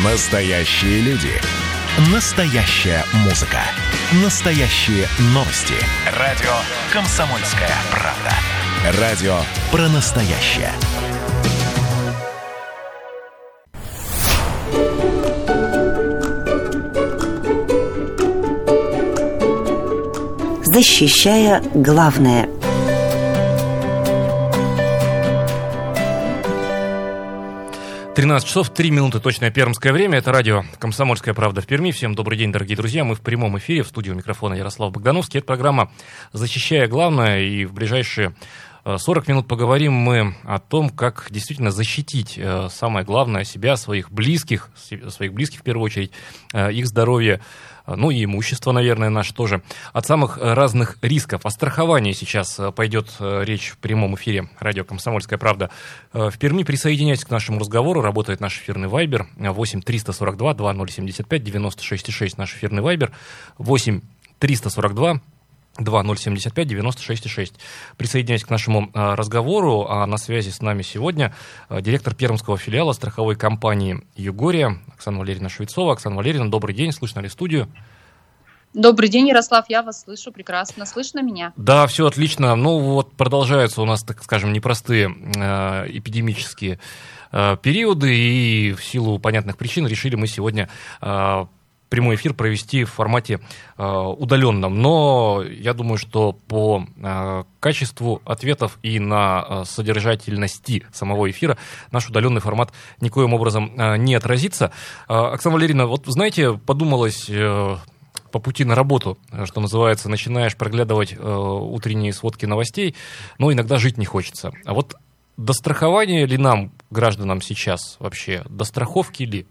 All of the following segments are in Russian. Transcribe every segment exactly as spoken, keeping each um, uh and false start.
Настоящие люди. Настоящая музыка. Настоящие новости. Радио «Комсомольская правда». Радио про настоящее. Защищая главное. тринадцать часов три минуты, точное пермское время. Это радио «Комсомольская правда» в Перми. Всем добрый день, дорогие друзья. Мы в прямом эфире, в студии у микрофона Ярослав Богдановский. Это программа «Защищая главное». И в ближайшие сорок минут поговорим мы о том, как действительно защитить самое главное себя, своих близких, своих близких в первую очередь, их здоровье, ну и имущество, наверное, наше тоже, от самых разных рисков. О страховании сейчас пойдет речь в прямом эфире радио «Комсомольская правда» в Перми. Присоединяйтесь к нашему разговору. Работает наш эфирный вайбер восемь триста сорок два двадцать семьдесят пять девяносто шесть шесть. Наш эфирный вайбер восемь триста сорок два двадцать семьдесят пять девяносто шесть шесть. Присоединяйтесь к нашему а, разговору. А на связи с нами сегодня а, директор пермского филиала страховой компании «Югория» Оксана Валерьевна Швецова. Оксана Валерьевна, добрый день. Слышно ли студию? Добрый день, Ярослав. Я вас слышу прекрасно. Слышно меня? Да, все отлично. Ну вот продолжаются у нас, так скажем, непростые э, эпидемические э, периоды. И в силу понятных причин решили мы сегодня э, прямой эфир провести в формате э, удаленном. Но я думаю, что по э, качеству ответов и на э, содержательности самого эфира наш удаленный формат никоим образом э, не отразится. Э, Оксана Валерьевна, вот знаете, подумалось э, по пути на работу, что называется, начинаешь проглядывать э, утренние сводки новостей, но иногда жить не хочется. А вот до страхования ли нам, гражданам, сейчас вообще, до страховки ли?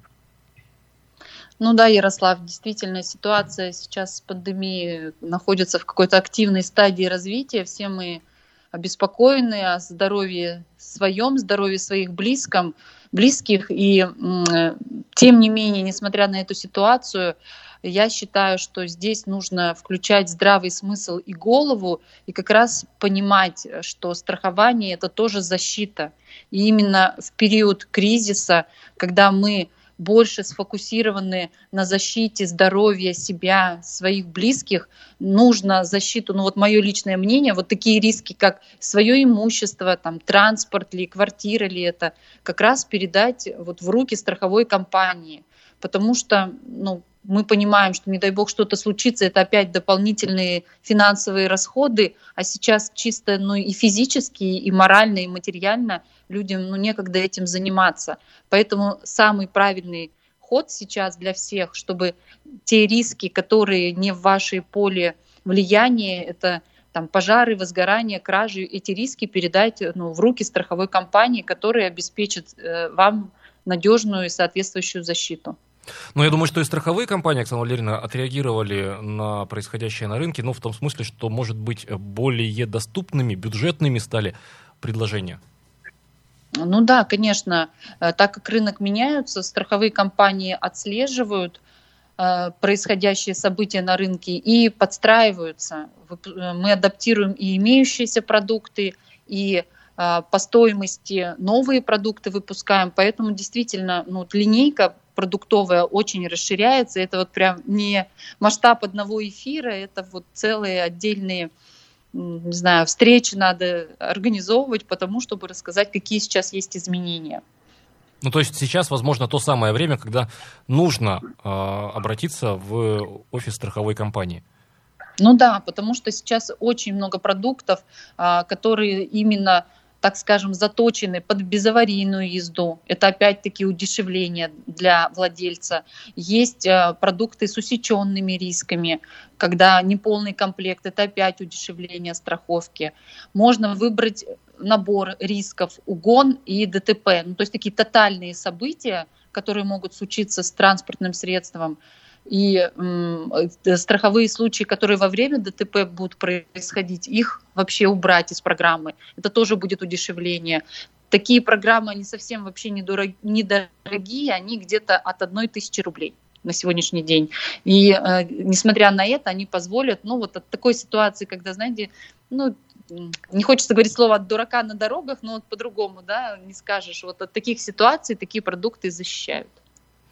Ну да, Ярослав, действительно, ситуация сейчас с пандемией находится в какой-то активной стадии развития. Все мы обеспокоены о здоровье своем, здоровье своих близком, близких. И м- тем не менее, несмотря на эту ситуацию, я считаю, что здесь нужно включать здравый смысл и голову, и как раз понимать, что страхование — это тоже защита. И именно в период кризиса, когда мы больше сфокусированы на защите здоровья себя, своих близких, нужно защиту, ну вот мое личное мнение, вот такие риски, как свое имущество, там, транспорт ли, квартира ли это, как раз передать вот в руки страховой компании. Потому что, ну, мы понимаем, что, не дай бог, что-то случится, это опять дополнительные финансовые расходы, а сейчас чисто, ну, и физически, и морально, и материально людям, ну, некогда этим заниматься. Поэтому самый правильный ход сейчас для всех, чтобы те риски, которые не в вашей поле влияния, это там пожары, возгорания, кражи, эти риски передать, ну, в руки страховой компании, которая обеспечит э, вам надежную и соответствующую защиту. Ну, я думаю, что и страховые компании, Оксана Валерьевна, отреагировали на происходящее на рынке, ну, в том смысле, что, может быть, более доступными, бюджетными стали предложения. Ну да, конечно, так как рынок меняется, страховые компании отслеживают э, происходящие события на рынке и подстраиваются. Мы адаптируем и имеющиеся продукты, и э, по стоимости новые продукты выпускаем, поэтому действительно, ну, линейка продуктовая очень расширяется. Это вот прям не масштаб одного эфира, это вот целые отдельные, не знаю, встречи надо организовывать, потому чтобы рассказать, какие сейчас есть изменения. Ну, то есть сейчас, возможно, то самое время, когда нужно э, обратиться в офис страховой компании. Ну да, потому что сейчас очень много продуктов, э, которые именно, так скажем, заточены под безаварийную езду. Это опять-таки удешевление для владельца. Есть э, продукты с усеченными рисками, когда неполный комплект, это опять удешевление страховки. Можно выбрать набор рисков угон и ДТП. Ну, то есть такие тотальные события, которые могут случиться с транспортным средством. И э, страховые случаи, которые во время ДТП будут происходить, их вообще убрать из программы. Это тоже будет удешевление. Такие программы, они совсем вообще недорог, недорогие, они где-то от одной тысячи рублей на сегодняшний день. И э, несмотря на это, они позволят, ну вот от такой ситуации, когда, знаете, ну, не хочется говорить слово «от дурака на дорогах», но вот по-другому, да, не скажешь. Вот от таких ситуаций такие продукты защищают.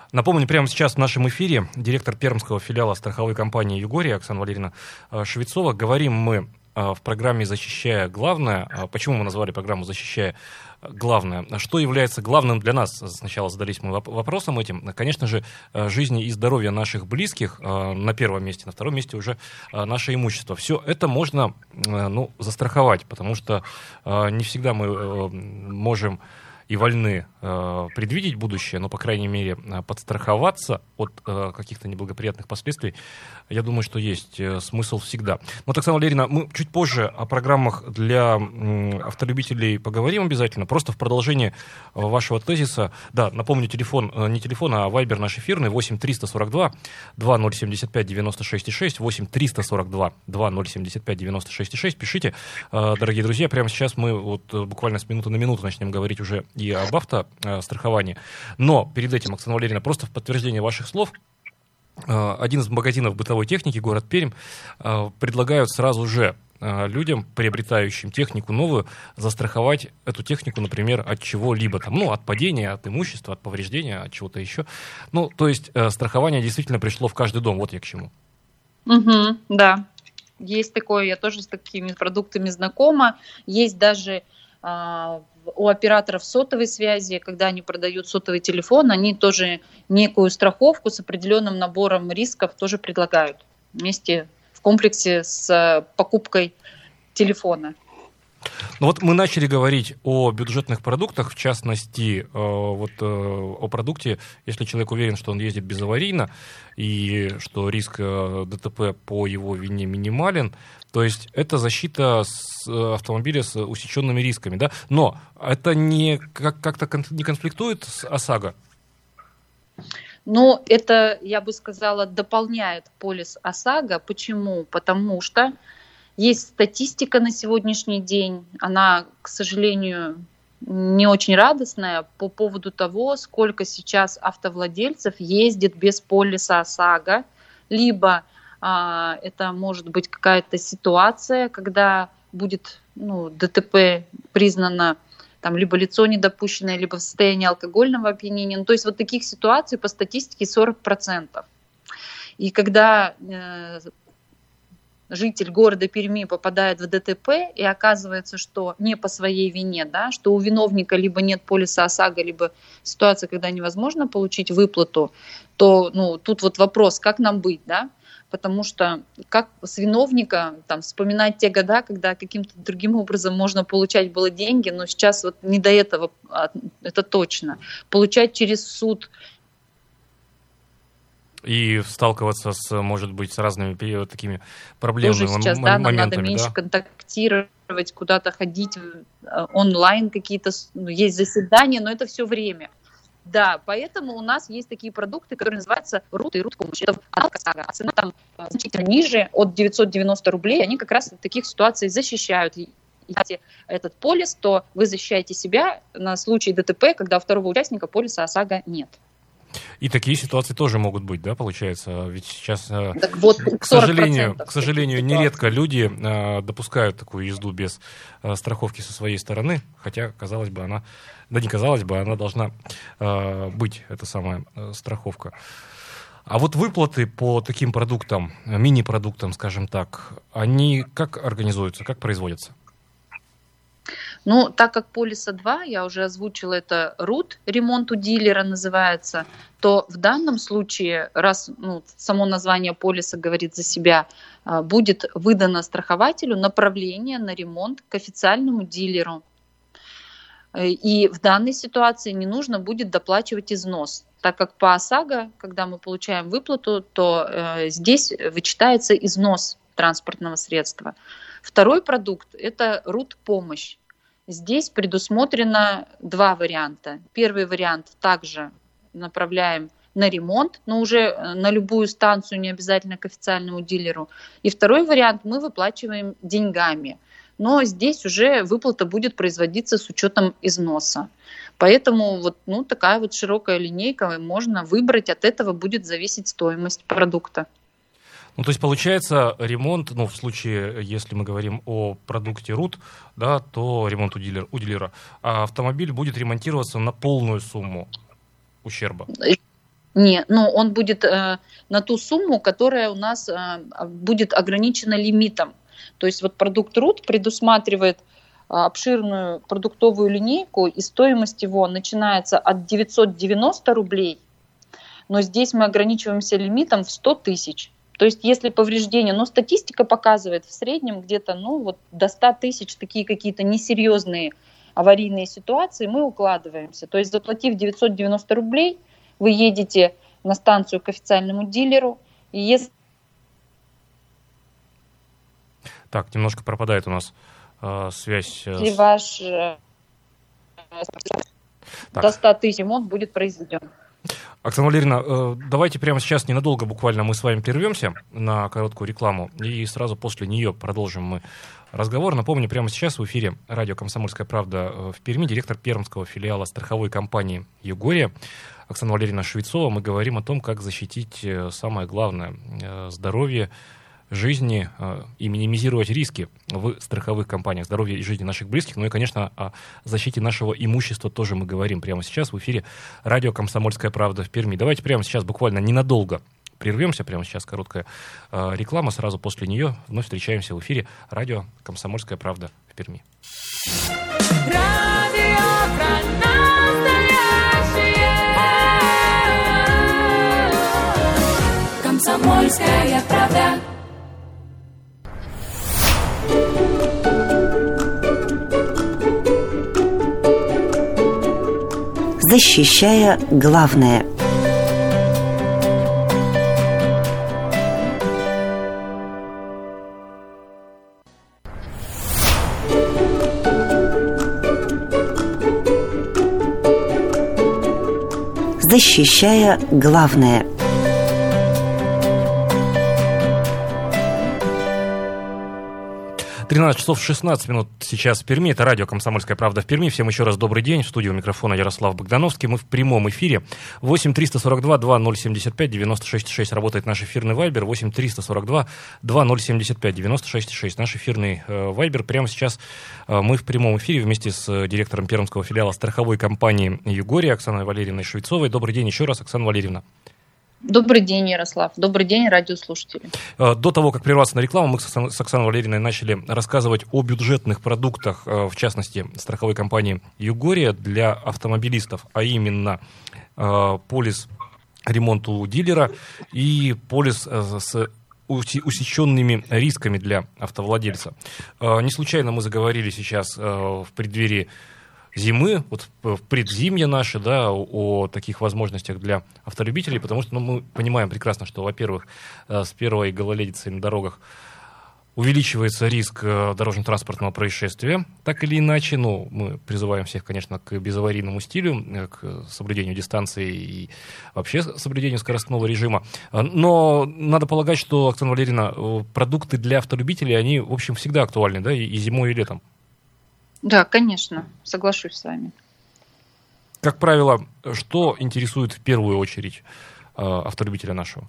Напомню, прямо сейчас в нашем эфире директор пермского филиала страховой компании «Югория» Оксана Валерьевна Швецова. Говорим мы в программе «Защищая главное». Почему мы назвали программу «Защищая главное»? Что является главным для нас? Сначала задались мы вопросом этим. Конечно же, жизни и здоровье наших близких на первом месте, на втором месте уже наше имущество. Все это можно, ну, застраховать, потому что не всегда мы можем и вольны э, предвидеть будущее, но, по крайней мере, подстраховаться от э, каких-то неблагоприятных последствий, я думаю, что есть э, смысл всегда. Но, Оксана Валерьевна, мы чуть позже о программах для э, автолюбителей поговорим обязательно. Просто в продолжение э, вашего тезиса, да, напомню, телефон, э, не телефон, а вайбер наш эфирный, восемь триста сорок два двадцать ноль семьдесят пять девяносто шесть шесть, восемь триста сорок два двадцать ноль семьдесят пять девяносто шесть шесть. Пишите, э, дорогие друзья, прямо сейчас мы вот э, буквально с минуты на минуту начнем говорить уже и об автостраховании. Но перед этим, Оксана Валерьевна, просто в подтверждение ваших слов, один из магазинов бытовой техники, город Пермь, предлагают сразу же людям, приобретающим технику новую, застраховать эту технику, например, от чего-либо, там, ну, от падения, от имущества, от повреждения, от чего-то еще. Ну, то есть страхование действительно пришло в каждый дом. Вот я к чему. Угу, да, есть такое. Я тоже с такими продуктами знакома. Есть даже а, у операторов сотовой связи, когда они продают сотовый телефон, они тоже некую страховку с определенным набором рисков тоже предлагают вместе в комплексе с покупкой телефона. Ну вот мы начали говорить о бюджетных продуктах, в частности, э, вот, э, о продукте, если человек уверен, что он ездит безаварийно и что риск э, ДТП по его вине минимален, то есть это защита с автомобиля с усеченными рисками, да? Но это не, как, как-то кон- не конфликтует с ОСАГО? Ну, это, я бы сказала, дополняет полис ОСАГО. Почему? Потому что есть статистика на сегодняшний день, она, к сожалению, не очень радостная по поводу того, сколько сейчас автовладельцев ездит без полиса ОСАГО, либо а, это может быть какая-то ситуация, когда будет, ну, ДТП признано там либо лицо недопущенное, либо в состоянии алкогольного опьянения. Ну, то есть вот таких ситуаций по статистике сорок процентов. И когда э, житель города Перми попадает в ДТП, и оказывается, что не по своей вине, да, что у виновника либо нет полиса ОСАГО, либо ситуация, когда невозможно получить выплату, то, ну, тут вот вопрос, как нам быть, да? Потому что как с виновника там, вспоминать те года, когда каким-то другим образом можно получать было деньги, но сейчас вот не до этого, это точно. Получать через суд. И сталкиваться с, может быть, с разными такими проблемами, тоже сейчас, м- да, нам моментами. надо меньше да? контактировать, куда-то ходить, онлайн какие-то, ну, есть заседания, но это все время. Да, поэтому у нас есть такие продукты, которые называются РУТ и РУТ-помощь. Это аналог ОСАГО, а цена там значительно ниже, от девятьсот девяносто рублей. Они как раз в таких ситуациях защищают. Если этот полис, то вы защищаете себя на случай ДТП, когда у второго участника полиса ОСАГО нет. И такие ситуации тоже могут быть, да, получается? Ведь сейчас, так вот, к сожалению, к сожалению, нередко люди э, допускают такую езду без э, страховки со своей стороны, хотя, казалось бы, она, да не казалось бы, она должна э, быть, эта самая э, страховка. А вот выплаты по таким продуктам, мини-продуктам, скажем так, они как организуются, как производятся? Ну, так как полиса два, я уже озвучила, это РУТ, ремонт у дилера называется, то в данном случае, раз, ну, само название полиса говорит за себя, будет выдано страхователю направление на ремонт к официальному дилеру. И в данной ситуации не нужно будет доплачивать износ, так как по ОСАГО, когда мы получаем выплату, то э, здесь вычитается износ транспортного средства. Второй продукт – это РУТ-помощь. Здесь предусмотрено два варианта. Первый вариант также направляем на ремонт, но уже на любую станцию, не обязательно к официальному дилеру. И второй вариант мы выплачиваем деньгами. Но здесь уже выплата будет производиться с учетом износа. Поэтому вот, ну, такая вот широкая линейка, можно выбрать, от этого будет зависеть стоимость продукта. Ну, то есть, получается, ремонт, ну, в случае, если мы говорим о продукте РУТ, да, то ремонт у дилера, у дилера, а автомобиль будет ремонтироваться на полную сумму ущерба. Не, ну он будет э, на ту сумму, которая у нас э, будет ограничена лимитом. То есть вот продукт РУД предусматривает э, обширную продуктовую линейку, и стоимость его начинается от девятьсот девяносто рублей, но здесь мы ограничиваемся лимитом в сто тысяч. То есть если повреждения, но статистика показывает в среднем где-то ну, вот до ста тысяч такие какие-то несерьезные аварийные ситуации, мы укладываемся. То есть заплатив девятьсот девяносто рублей, вы едете на станцию к официальному дилеру, и если... Так, немножко пропадает у нас э, связь. Э, если ваш э, до ста тысяч ремонт будет произведен. Оксана Валерьевна, э, давайте прямо сейчас ненадолго буквально мы с вами прервемся на короткую рекламу, и сразу после нее продолжим мы разговор. Напомню, прямо сейчас в эфире радио «Комсомольская правда» в Перми, директор пермского филиала страховой компании «Югория» Оксана Валерьевна Швецова. Мы говорим о том, как защитить самое главное – здоровье, жизни и минимизировать риски в страховых компаниях, здоровье и жизни наших близких. Ну и, конечно, о защите нашего имущества тоже мы говорим прямо сейчас в эфире радио «Комсомольская правда» в Перми. Давайте прямо сейчас буквально ненадолго прервемся. Прямо сейчас короткая э, реклама. Сразу после нее вновь встречаемся в эфире радио «Комсомольская правда» в Перми. «Комсомольская правда». Защищая главное. Защищая главное. тринадцать часов шестнадцать минут сейчас в Перми. Это радио «Комсомольская правда» в Перми. Всем еще раз добрый день. В студии у микрофона Ярослав Богдановский. Мы в прямом эфире. восемь триста сорок два двадцать ноль семьдесят пять девяносто шесть шесть работает наш эфирный вайбер. восемь триста сорок два двадцать ноль семьдесят пять девяносто шесть шесть. Наш эфирный э, вайбер. Прямо сейчас э, мы в прямом эфире вместе с э, директором пермского филиала страховой компании «Югория» Оксаной Валерьевной Швецовой. Добрый день еще раз, Оксана Валерьевна. Добрый день, Ярослав. Добрый день, радиослушатели. До того, как прерваться на рекламу, мы с Оксаной Валерьевной начали рассказывать о бюджетных продуктах, в частности, страховой компании «Югория» для автомобилистов, а именно полис ремонта у дилера и полис с усеченными рисками для автовладельца. Не случайно мы заговорили сейчас в преддверии зимы, вот в предзимье наше, да, о, о таких возможностях для автолюбителей, потому что ну, мы понимаем прекрасно, что, во-первых, с первой гололедицей на дорогах увеличивается риск дорожно-транспортного происшествия, так или иначе, ну, мы призываем всех, конечно, к безаварийному стилю, к соблюдению дистанции и вообще соблюдению скоростного режима, но надо полагать, что, Оксана Валерьевна, продукты для автолюбителей, они, в общем, всегда актуальны, да, и, и зимой, и летом. Да, конечно, соглашусь с вами. Как правило, что интересует в первую очередь э, автолюбителя нашего?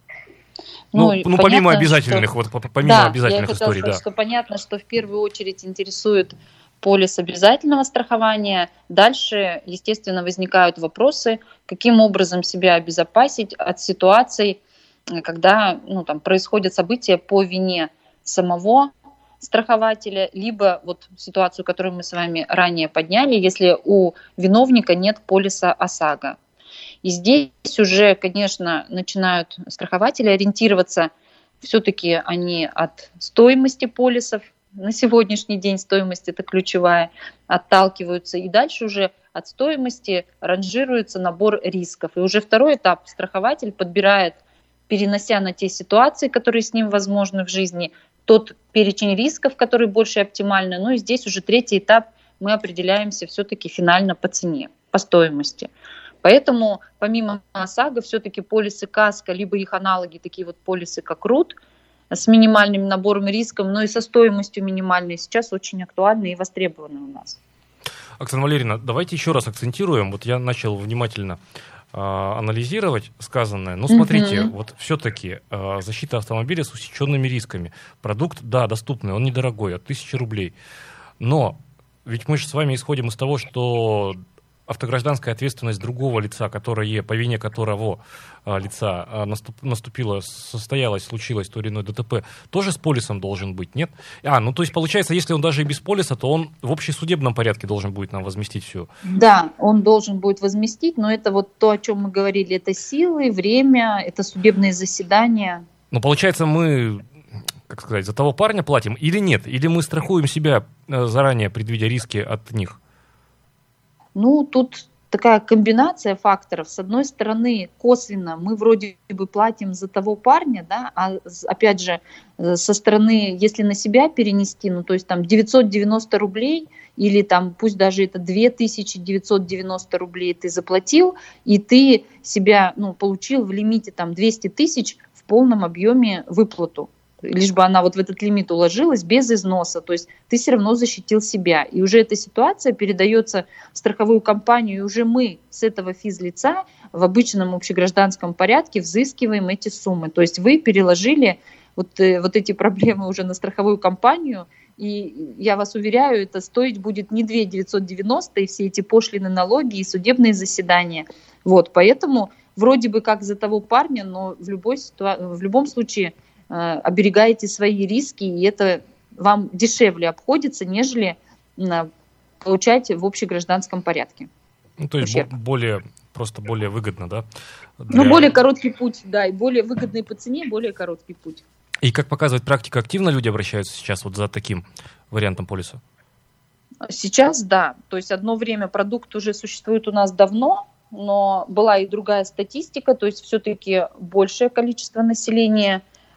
Ну, ну, ну помимо обязательных, что... вот помимо да, обязательных я историй, сказать, да. Что понятно, что в первую очередь интересует полис обязательного страхования. Дальше, естественно, возникают вопросы, каким образом себя обезопасить от ситуаций, когда ну, там, происходят события по вине самого страхователя, либо вот ситуацию, которую мы с вами ранее подняли, если у виновника нет полиса ОСАГО. И здесь уже, конечно, начинают страхователи ориентироваться, все-таки они от стоимости полисов, на сегодняшний день стоимость это ключевая, отталкиваются, и дальше уже от стоимости ранжируется набор рисков. И уже второй этап страхователь подбирает, перенося на те ситуации, которые с ним возможны в жизни, тот перечень рисков, который больше оптимальный. Ну и здесь уже третий этап, мы определяемся все-таки финально по цене, по стоимости. Поэтому помимо ОСАГО все-таки полисы КАСКО, либо их аналоги, такие вот полисы как РУД, с минимальным набором рисков, но и со стоимостью минимальной, сейчас очень актуальны и востребованы у нас. Оксана Валерьевна, давайте еще раз акцентируем. Вот я начал внимательно анализировать сказанное. Но смотрите, mm-hmm. вот все-таки э, защита автомобиля с усеченными рисками. Продукт, да, доступный, он недорогой, от тысячи рублей. Но ведь мы же с вами исходим из того, что автогражданская ответственность другого лица, которое, по вине которого а, лица а, наступ, наступило, состоялось, случилось то или иное ДТП, тоже с полисом должен быть, нет? А, ну то есть получается, если он даже и без полиса, то он в общесудебном порядке должен будет нам возместить все. Да, он должен будет возместить, но это вот то, о чем мы говорили, это силы, время, это судебные заседания. Но получается, мы, как сказать, за того парня платим или нет? Или мы страхуем себя заранее, предвидя риски от них? Ну, тут такая комбинация факторов. С одной стороны, косвенно мы вроде бы платим за того парня, да, а опять же, со стороны, если на себя перенести, ну, то есть там девятьсот девяносто рублей или там пусть даже это две тысячи девятьсот девяносто рублей ты заплатил, и ты себя, ну, получил в лимите там двести тысяч в полном объеме выплату. Лишь бы она вот в этот лимит уложилась без износа, то есть ты все равно защитил себя. И уже эта ситуация передается в страховую компанию, и уже мы с этого физлица в обычном общегражданском порядке взыскиваем эти суммы. То есть вы переложили вот, вот эти проблемы уже на страховую компанию, и я вас уверяю, это стоить будет не две тысячи девятьсот девяносто, и все эти пошлины, налоги и судебные заседания. Вот, поэтому вроде бы как за того парня, но в, любой ситуа- в любом случае оберегаете свои риски, и это вам дешевле обходится, нежели получать в общегражданском порядке. Ну, то есть бо- более, просто более выгодно, да? Для... Ну, более короткий путь, да, и более выгодный по цене, более короткий путь. И, как показывает практика, активно люди обращаются сейчас вот за таким вариантом полиса? Сейчас, да. То есть одно время продукт уже существует у нас давно, но была и другая статистика, то есть все-таки большее количество населения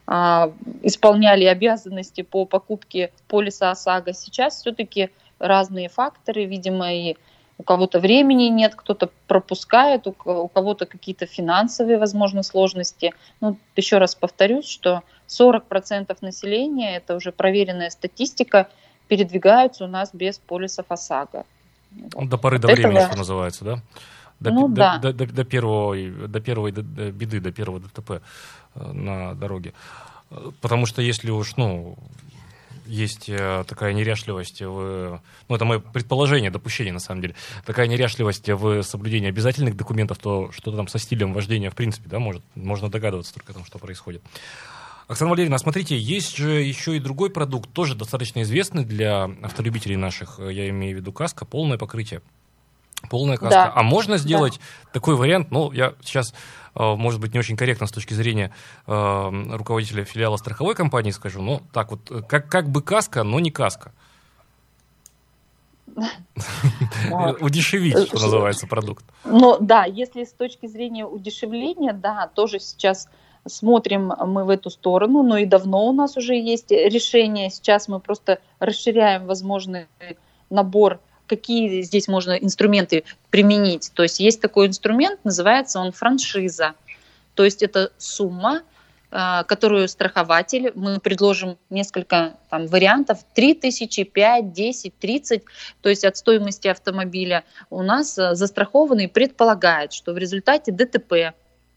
исполняли обязанности по покупке полиса ОСАГО. Сейчас все-таки разные факторы, видимо, и у кого-то времени нет, кто-то пропускает, у кого-то какие-то финансовые, возможно, сложности. Ну, еще раз повторюсь, что сорок процентов населения, это уже проверенная статистика, передвигаются у нас без полисов ОСАГО. Вот. До поры до этого... времени, что называется, да? До, ну, до, да. до, до, до, первой, до первой беды, до первого ДТП на дороге. Потому что если уж, ну, есть такая неряшливость, в, ну, это мое предположение, допущение на самом деле, такая неряшливость в соблюдении обязательных документов, то что-то там со стилем вождения, в принципе, да, может, можно догадываться только о том, что происходит. Оксана Валерьевна, смотрите, есть же еще и другой продукт, тоже достаточно известный для автолюбителей наших, я имею в виду каска, полное покрытие. Полная каска. Да. А можно сделать да. такой вариант, ну, я сейчас, может быть, не очень корректно с точки зрения э, руководителя филиала страховой компании скажу, но так вот, как, как бы каска, но не каска. Удешевить, что называется, продукт. Ну, да, если с точки зрения удешевления, да, тоже сейчас смотрим мы в эту сторону, но и давно у нас уже есть решение. Сейчас мы просто расширяем возможный набор, какие здесь можно инструменты применить. То есть есть такой инструмент, называется он франшиза. То есть это сумма, которую страхователь, мы предложим несколько там вариантов, три тысячи, пять, десять, тридцать, то есть от стоимости автомобиля, у нас застрахованный предполагает, что в результате ДТП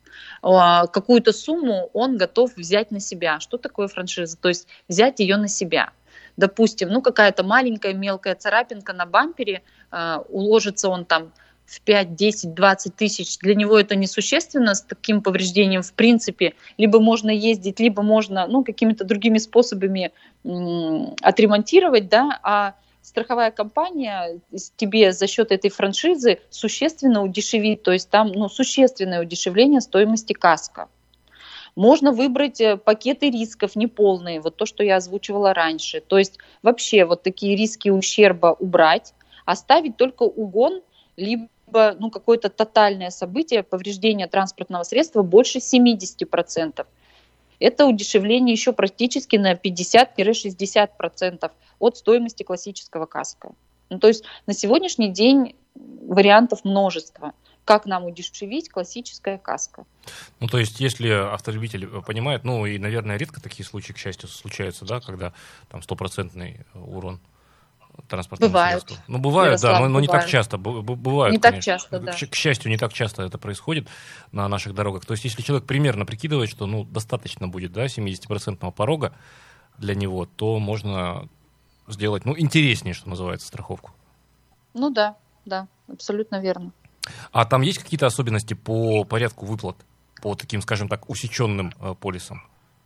какую-то сумму он готов взять на себя. Что такое франшиза? То есть взять ее на себя. Допустим, ну какая-то маленькая мелкая царапинка на бампере, э, уложится он там в пять, десять, двадцать тысяч. Для него это несущественно, с таким повреждением в принципе. Либо можно ездить, либо можно ну, какими-то другими способами м- отремонтировать, да, а страховая компания тебе за счет этой франшизы существенно удешевит, то есть там ну, существенное удешевление стоимости каска. Можно выбрать пакеты рисков неполные, вот то, что я озвучивала раньше. То есть вообще вот такие риски ущерба убрать, оставить только угон, либо ну, какое-то тотальное событие, повреждение транспортного средства больше семьдесят процентов. Это удешевление еще практически на пятьдесят-шестьдесят процентов от стоимости классического каска. Ну, то есть на сегодняшний день вариантов множество. Как нам удешевить классическая каска. Ну, то есть, если автолюбитель понимает, ну, и, наверное, редко такие случаи, к счастью, случаются, да, когда там стопроцентный урон транспортному бывают. средству. Ну, бывают, Ярослав, да, но, но не бывают. так часто. Бывают, не конечно. так часто, да. К, к счастью, не так часто это происходит на наших дорогах. То есть, если человек примерно прикидывает, что, ну, достаточно будет, да, семидесятипроцентного порога для него, то можно сделать, ну, интереснее, что называется, страховку. Ну, да. да, абсолютно верно. А там есть какие-то особенности по порядку выплат, по таким, скажем так, усеченным э, полисам?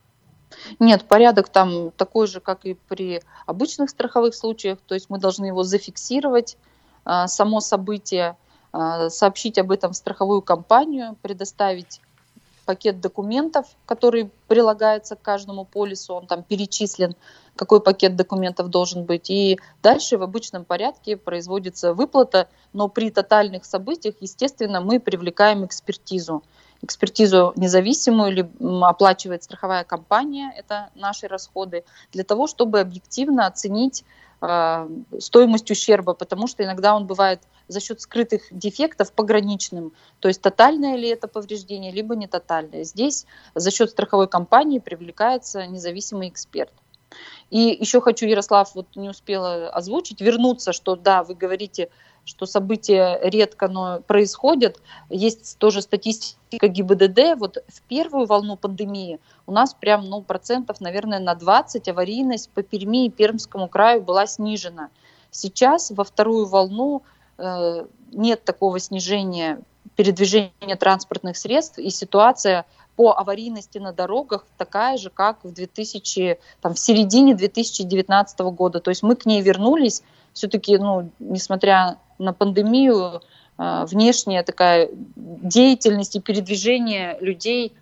Нет, порядок там такой же, как и при обычных страховых случаях, то есть мы должны его зафиксировать, э, само событие, э, сообщить об этом в страховую компанию, предоставить пакет документов, который прилагается к каждому полису, он там перечислен, какой пакет документов должен быть. И дальше в обычном порядке производится выплата, но при тотальных событиях, естественно, мы привлекаем экспертизу. Экспертизу независимую или оплачивает страховая компания, это наши расходы, для того, чтобы объективно оценить э, стоимость ущерба, потому что иногда он бывает за счет скрытых дефектов пограничным, то есть тотальное ли это повреждение, либо не тотальное. Здесь за счет страховой компании привлекается независимый эксперт. И еще хочу, Ярослав, вот не успела озвучить, вернуться, что да, вы говорите, что события редко, но происходят. Есть тоже статистика ГИБДД. Вот в первую волну пандемии у нас прям ну, процентов, наверное, на двадцать аварийность по Перми и Пермскому краю была снижена. Сейчас во вторую волну э, нет такого снижения передвижения транспортных средств, и ситуация по аварийности на дорогах такая же, как в, две тысячи, там, в середине две тысячи девятнадцатого года. То есть мы к ней вернулись. Все-таки, ну, несмотря на пандемию, внешняя такая деятельность и передвижение людей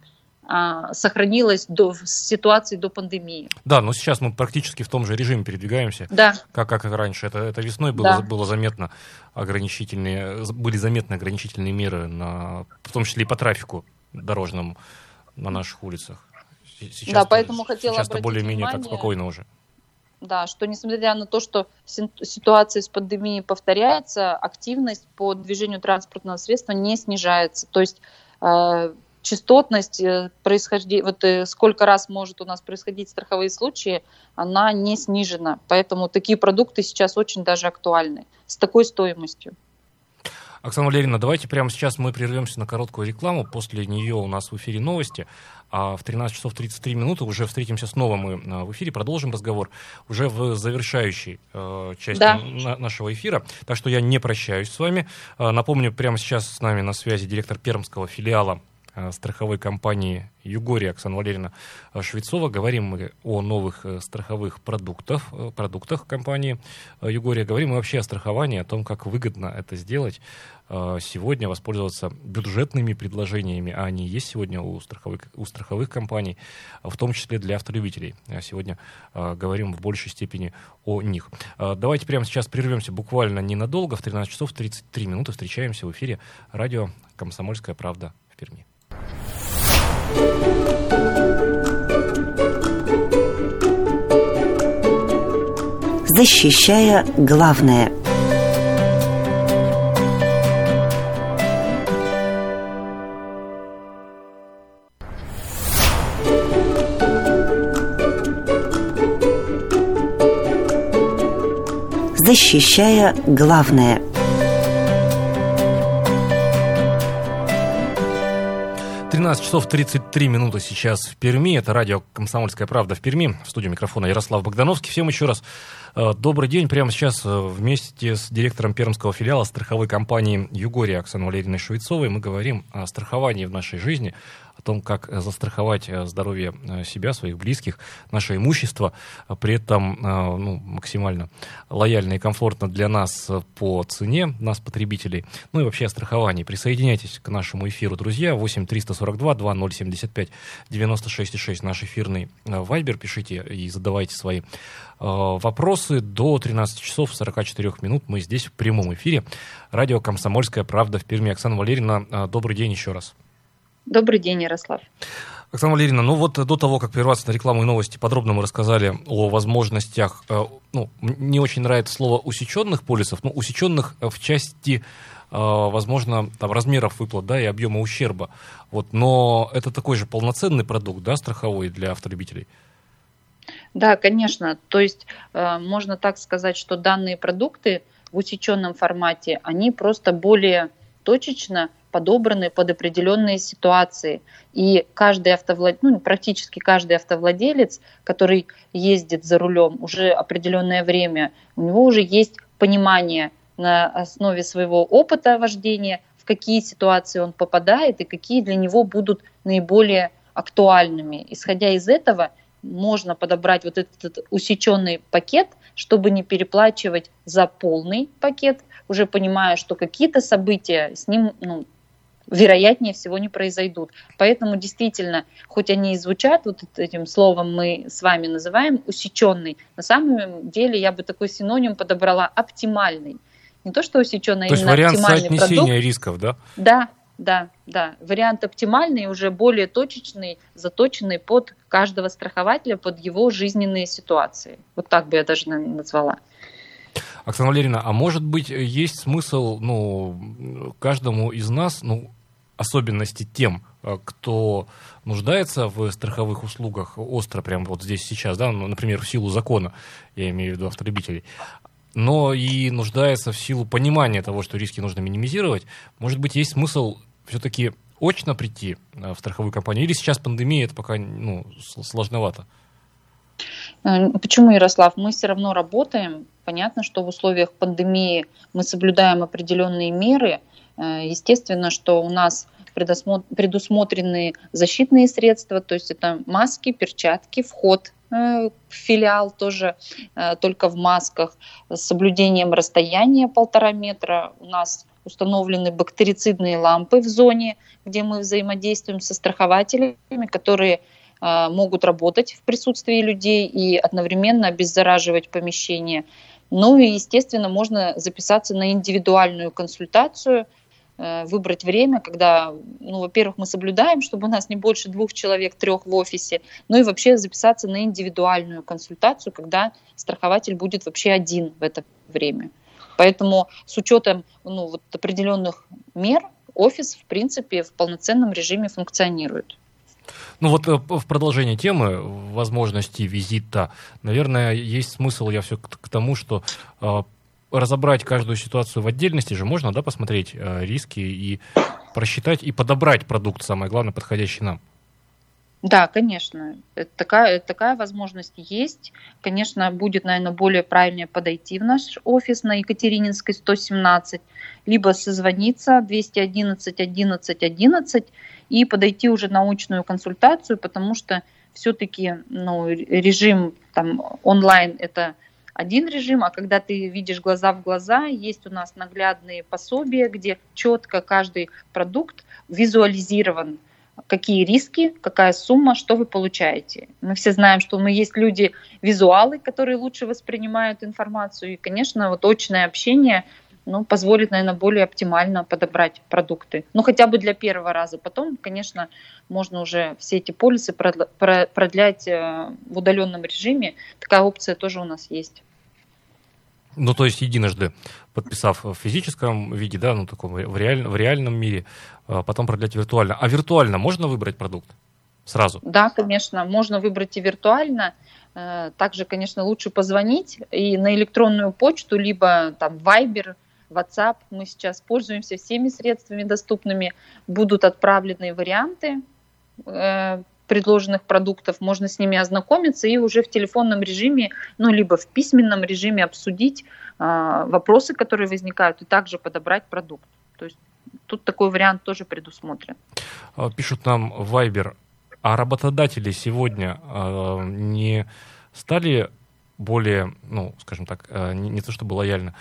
сохранилось до ситуации до пандемии. Да, но сейчас мы практически в том же режиме передвигаемся, да. как, как и раньше. Это, это весной было, да. было заметно ограничительные, были заметны ограничительные меры, на, в том числе и по трафику дорожному на наших улицах. Сейчас да, поэтому хотела сейчас-то обратить более-менее внимание, так спокойно уже. Да, что несмотря на то, что ситуация с пандемией повторяется, активность по движению транспортного средства не снижается. То есть э, частотность э, происхождения, вот э, сколько раз может у нас происходить страховые случаи, она не снижена. Поэтому такие продукты сейчас очень даже актуальны с такой стоимостью. Оксана Валерьевна, давайте прямо сейчас мы прервемся на короткую рекламу. После нее у нас в эфире новости. А в тринадцать часов тридцать три минуты уже встретимся снова мы в эфире, продолжим разговор уже в завершающей э, части да. на, нашего эфира. Так что я не прощаюсь с вами. Э, напомню, прямо сейчас с нами на связи директор пермского филиала э, страховой компании Югория Оксана Валерьевна Швецова. Говорим мы о новых э, страховых продуктах, э, продуктах компании э, Югория. Говорим мы вообще о страховании, о том, как выгодно это сделать. Сегодня воспользоваться бюджетными предложениями, а они есть сегодня у страховых, у страховых компаний, в том числе для автолюбителей. Сегодня э, говорим в большей степени о них. Э, давайте прямо сейчас прервемся буквально ненадолго. В тринадцать часов тридцать три минуты встречаемся в эфире радио «Комсомольская правда» в Перми. Защищая главное. Защищая главное. тринадцать часов тридцать три минуты сейчас в Перми. Это радио «Комсомольская правда» в Перми. В студии микрофона Ярослав Богдановский. Всем еще раз э, добрый день. Прямо сейчас э, вместе с директором пермского филиала страховой компании «Югория» Оксаной Валерьевной Швецовой мы говорим о страховании в нашей жизни, о том, как застраховать здоровье себя, своих близких, наше имущество, при этом ну, максимально лояльно и комфортно для нас по цене, нас, потребителей, ну и вообще о страховании. Присоединяйтесь к нашему эфиру, друзья. восемь триста сорок два двадцать семьдесят пять девяносто шесть шесть наш эфирный вайбер. Пишите и задавайте свои вопросы. До тринадцати часов сорока четырёх минут мы здесь в прямом эфире. Радио «Комсомольская правда» в Перми. Оксана Валерьевна, добрый день еще раз. Добрый день, Ярослав. Оксана Валерьевна, ну вот до того, как прерваться на рекламу и новости, подробно мы рассказали о возможностях, ну, не очень нравится слово усеченных полисов, но усеченных в части, возможно, там, размеров выплат, да, и объема ущерба. Вот, но это такой же полноценный продукт, да, страховой для автолюбителей? Да, конечно. То есть можно так сказать, что данные продукты в усеченном формате, они просто более точечно подобраны под определенные ситуации. И каждый автовладелец, ну, практически каждый автовладелец, который ездит за рулем уже определенное время, у него уже есть понимание, на основе своего опыта вождения, в какие ситуации он попадает и какие для него будут наиболее актуальными. Исходя из этого, можно подобрать вот этот усеченный пакет, чтобы не переплачивать за полный пакет, уже понимая, что какие-то события с ним, ну, вероятнее всего не произойдут. Поэтому действительно, хоть они и звучат, вот этим словом мы с вами называем усеченный, на самом деле я бы такой синоним подобрала оптимальный. Не то, что усеченный, а именно оптимальный продукт. То есть вариант соотнесения рисков, да? Да. Да, да. Вариант оптимальный, уже более точечный, заточенный под каждого страхователя, под его жизненные ситуации. Вот так бы я даже назвала. Оксана Валерьевна, а может быть есть смысл, ну, каждому из нас, ну, особенности тем, кто нуждается в страховых услугах остро, прямо вот здесь сейчас, да, ну, например, в силу закона, я имею в виду автолюбителей, но и нуждается в силу понимания того, что риски нужно минимизировать, может быть, есть смысл все-таки очно прийти в страховую компанию? Или сейчас пандемия, это пока, ну, сложновато? Почему, Ярослав? Мы все равно работаем. Понятно, что в условиях пандемии мы соблюдаем определенные меры. Естественно, что у нас предусмотрены защитные средства, то есть это маски, перчатки, вход в филиал тоже только в масках, с соблюдением расстояния полтора метра. У нас установлены бактерицидные лампы в зоне, где мы взаимодействуем со страхователями, которые э, могут работать в присутствии людей и одновременно обеззараживать помещение. Ну и, естественно, можно записаться на индивидуальную консультацию, э, выбрать время, когда, ну, во-первых, мы соблюдаем, чтобы у нас не больше двух человек, трех в офисе, ну и вообще записаться на индивидуальную консультацию, когда страхователь будет вообще один в это время. Поэтому с учетом, ну, вот определенных мер офис, в принципе, в полноценном режиме функционирует. Ну вот в продолжение темы возможности визита, наверное, есть смысл, я все к тому, что э, разобрать каждую ситуацию в отдельности же можно, да, посмотреть э, риски и просчитать и подобрать продукт, самое главное, подходящий нам. Да, конечно, такая, такая возможность есть. Конечно, будет, наверное, более правильнее подойти в наш офис на Екатерининской сто семнадцать, либо созвониться двести одиннадцать одиннадцать одиннадцать и подойти уже на очную консультацию, потому что все-таки, ну, режим там, онлайн – это один режим, а когда ты видишь глаза в глаза, есть у нас наглядные пособия, где четко каждый продукт визуализирован, какие риски, какая сумма, что вы получаете. Мы все знаем, что мы есть люди-визуалы, которые лучше воспринимают информацию. И, конечно, вот очное общение, ну, позволит, наверное, более оптимально подобрать продукты. Ну, хотя бы для первого раза. Потом, конечно, можно уже все эти полисы продлять в удаленном режиме. Такая опция тоже у нас есть. Ну, то есть единожды подписав в физическом виде, да, ну, таком в, реаль, в реальном мире, потом продлять виртуально. А виртуально можно выбрать продукт сразу? Да, конечно, можно выбрать и виртуально. Также, конечно, лучше позвонить и на электронную почту, либо там Viber, WhatsApp. Мы сейчас пользуемся всеми средствами доступными. Будут отправлены варианты предложенных продуктов, можно с ними ознакомиться и уже в телефонном режиме, ну, либо в письменном режиме обсудить э, вопросы, которые возникают, и также подобрать продукт. То есть тут такой вариант тоже предусмотрен. Пишут нам Viber, а работодатели сегодня э, не стали более, ну, скажем так, э, не, не то чтобы лояльно,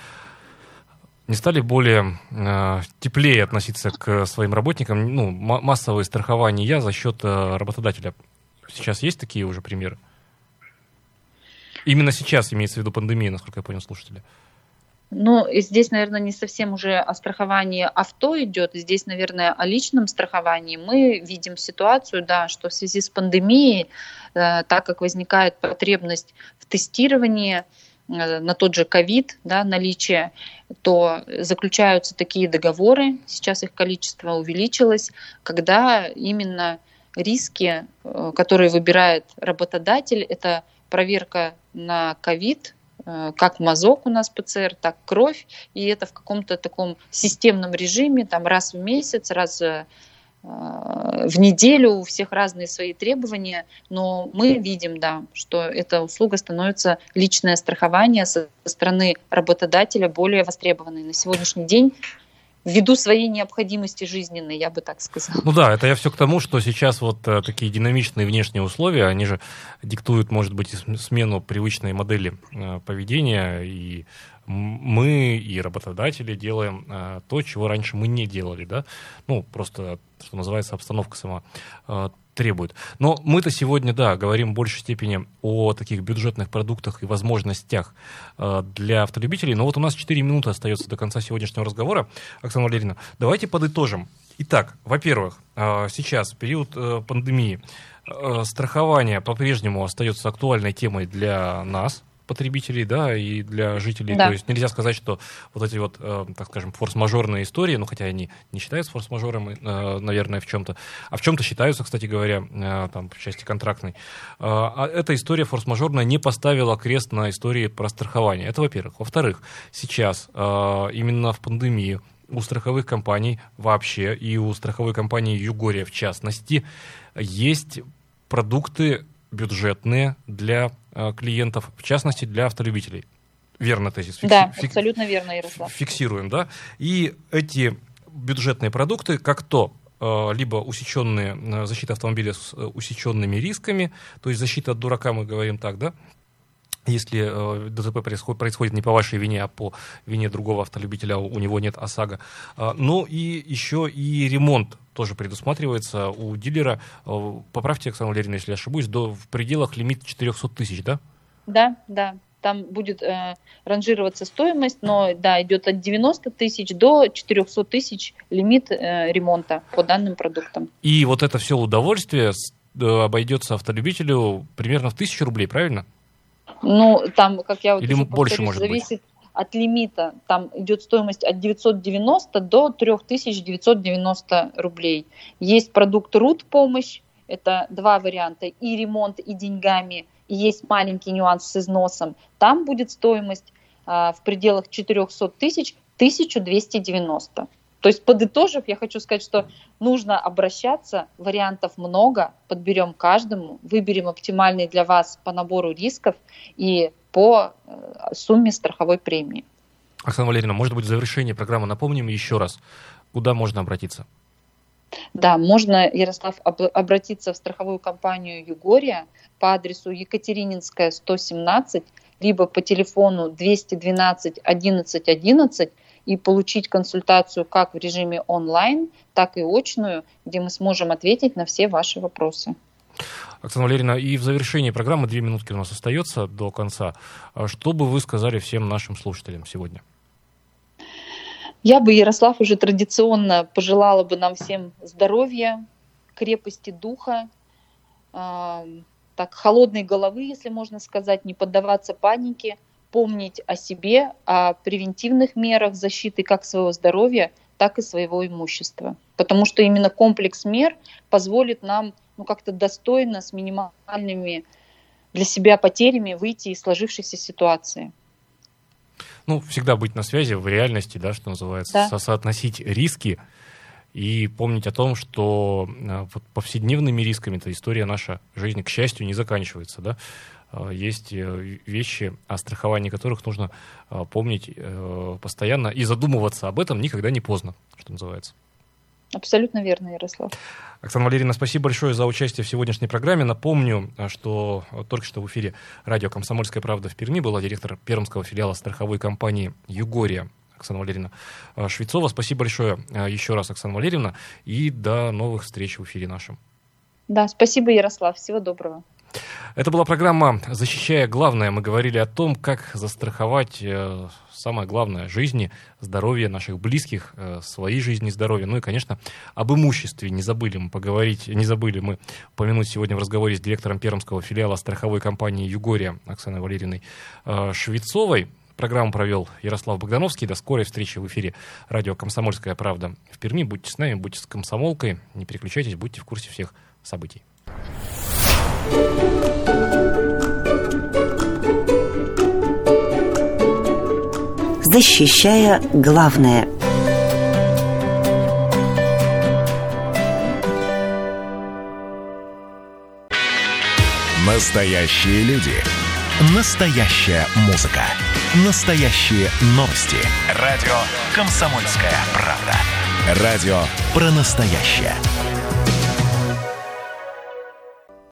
не стали более э, теплее относиться к своим работникам, ну, м- массовое страхование за счет э, работодателя. Сейчас есть такие уже примеры? Именно сейчас имеется в виду пандемия, насколько я понял, слушатели. Ну, здесь, наверное, не совсем уже о страховании авто идет, здесь, наверное, о личном страховании. Мы видим ситуацию, да, что в связи с пандемией, э, так как возникает потребность в тестировании на тот же ковид, да, наличие, то заключаются такие договоры, сейчас их количество увеличилось, когда именно риски, которые выбирает работодатель, это проверка на ковид, как мазок у нас ПЦР, так кровь, и это в каком-то таком системном режиме, там раз в месяц, раз в неделю, у всех разные свои требования, но мы видим, да, что эта услуга становится, личное страхование со стороны работодателя, более востребованной на сегодняшний день. Ввиду своей необходимости жизненной, я бы так сказала. Ну да, это я все к тому, что сейчас вот а, такие динамичные внешние условия, они же диктуют, может быть, смену привычной модели а, поведения, и мы, и работодатели делаем а, то, чего раньше мы не делали, да, ну, просто, что называется, обстановка сама а, требует. Но мы-то сегодня, да, говорим в большей степени о таких бюджетных продуктах и возможностях э, для автолюбителей. Но вот у нас четыре минуты остается до конца сегодняшнего разговора. Оксана Валерьевна, давайте подытожим. Итак, во-первых, э, сейчас, период э, пандемии, э, страхование по-прежнему остается актуальной темой для нас, потребителей, да, и для жителей. Да. То есть нельзя сказать, что вот эти вот, э, так скажем, форс-мажорные истории, ну, хотя они не считаются форс-мажором, э, наверное, в чем-то, а в чем-то считаются, кстати говоря, э, там, в части контрактной. Э, а эта история форс-мажорная не поставила крест на истории про страхование. Это, во-первых. Во-вторых, сейчас, э, именно в пандемию, у страховых компаний вообще и у страховой компании Югория в частности есть продукты бюджетные для э, клиентов, в частности, для автолюбителей. Верно, тезис? Фикси... Да, фик... абсолютно верно, Ярослав. Фиксируем, да? И эти бюджетные продукты, как то э, либо усеченные, э, защита автомобиля с э, усеченными рисками, то есть защита от дурака, мы говорим так, да? Если э, ДТП происходит, происходит не по вашей вине, а по вине другого автолюбителя, у него нет ОСАГО. Э, ну и еще и ремонт тоже предусматривается у дилера. Э, поправьте, Оксана Валерьевна, если я ошибусь, до, в пределах лимит четыреста тысяч, да? Да, да. Там будет э, ранжироваться стоимость, но да, идет от девяноста тысяч до четырехсот тысяч лимит э, ремонта по данным продуктам. И вот это все удовольствие э, обойдется автолюбителю примерно в тысячу рублей, правильно? Ну, там, как я вот Или уже больше, повторюсь, может зависит быть. От лимита. Там идет стоимость от девятьсот девяносто до три тысячи девятьсот девяносто рублей. Есть продукт РУТ-помощь, это два варианта, и ремонт, и деньгами, и есть маленький нюанс с износом. Там будет стоимость а, в пределах четырехсот тысяч, тысяча двести девяносто. То есть, подытожив, я хочу сказать, что нужно обращаться, вариантов много, подберем каждому, выберем оптимальный для вас по набору рисков и по сумме страховой премии. Оксана Валерьевна, может быть, в завершении программы напомним еще раз, куда можно обратиться? Да, можно, Ярослав, об- обратиться в страховую компанию Югория по адресу Екатерининская, сто семнадцать, либо по телефону двести двенадцать одиннадцать одиннадцать, и получить консультацию как в режиме онлайн, так и очную, где мы сможем ответить на все ваши вопросы. Оксана Валерьевна, и в завершении программы, две минутки у нас остается до конца, что бы вы сказали всем нашим слушателям сегодня? Я бы, Ярослав, уже традиционно пожелала бы нам всем здоровья, крепости духа, э, так, холодной головы, если можно сказать, не поддаваться панике, помнить о себе, о превентивных мерах защиты как своего здоровья, так и своего имущества. Потому что именно комплекс мер позволит нам ну, как-то достойно, с минимальными для себя потерями выйти из сложившейся ситуации. Ну, всегда быть на связи в реальности, да, что называется, да. со- соотносить риски и помнить о том, что э, вот повседневными рисками-то история наша жизни, к счастью, не заканчивается, да. Есть вещи, о страховании которых нужно помнить постоянно и задумываться об этом никогда не поздно, что называется. Абсолютно верно, Ярослав. Оксана Валерьевна, спасибо большое за участие в сегодняшней программе. Напомню, что только что в эфире радио «Комсомольская правда» в Перми была директор пермского филиала страховой компании «Югория» Оксана Валерьевна Швецова. Спасибо большое еще раз, Оксана Валерьевна, и до новых встреч в эфире нашем. Да, спасибо, Ярослав. Всего доброго. Это была программа «Защищая главное». Мы говорили о том, как застраховать э, самое главное – жизни, здоровье наших близких, э, своей жизни, здоровья. Ну и, конечно, об имуществе не забыли мы поговорить, не забыли мы упомянуть сегодня в разговоре с директором пермского филиала страховой компании «Югория» Оксаной Валерьевной э, Швецовой. Программу провел Ярослав Богдановский. До скорой встречи в эфире радио «Комсомольская правда» в Перми. Будьте с нами, будьте с комсомолкой, не переключайтесь, будьте в курсе всех событий. Защищая главное. Настоящие люди. Настоящая музыка. Настоящие новости. Радио «Комсомольская правда». Радио про настоящее.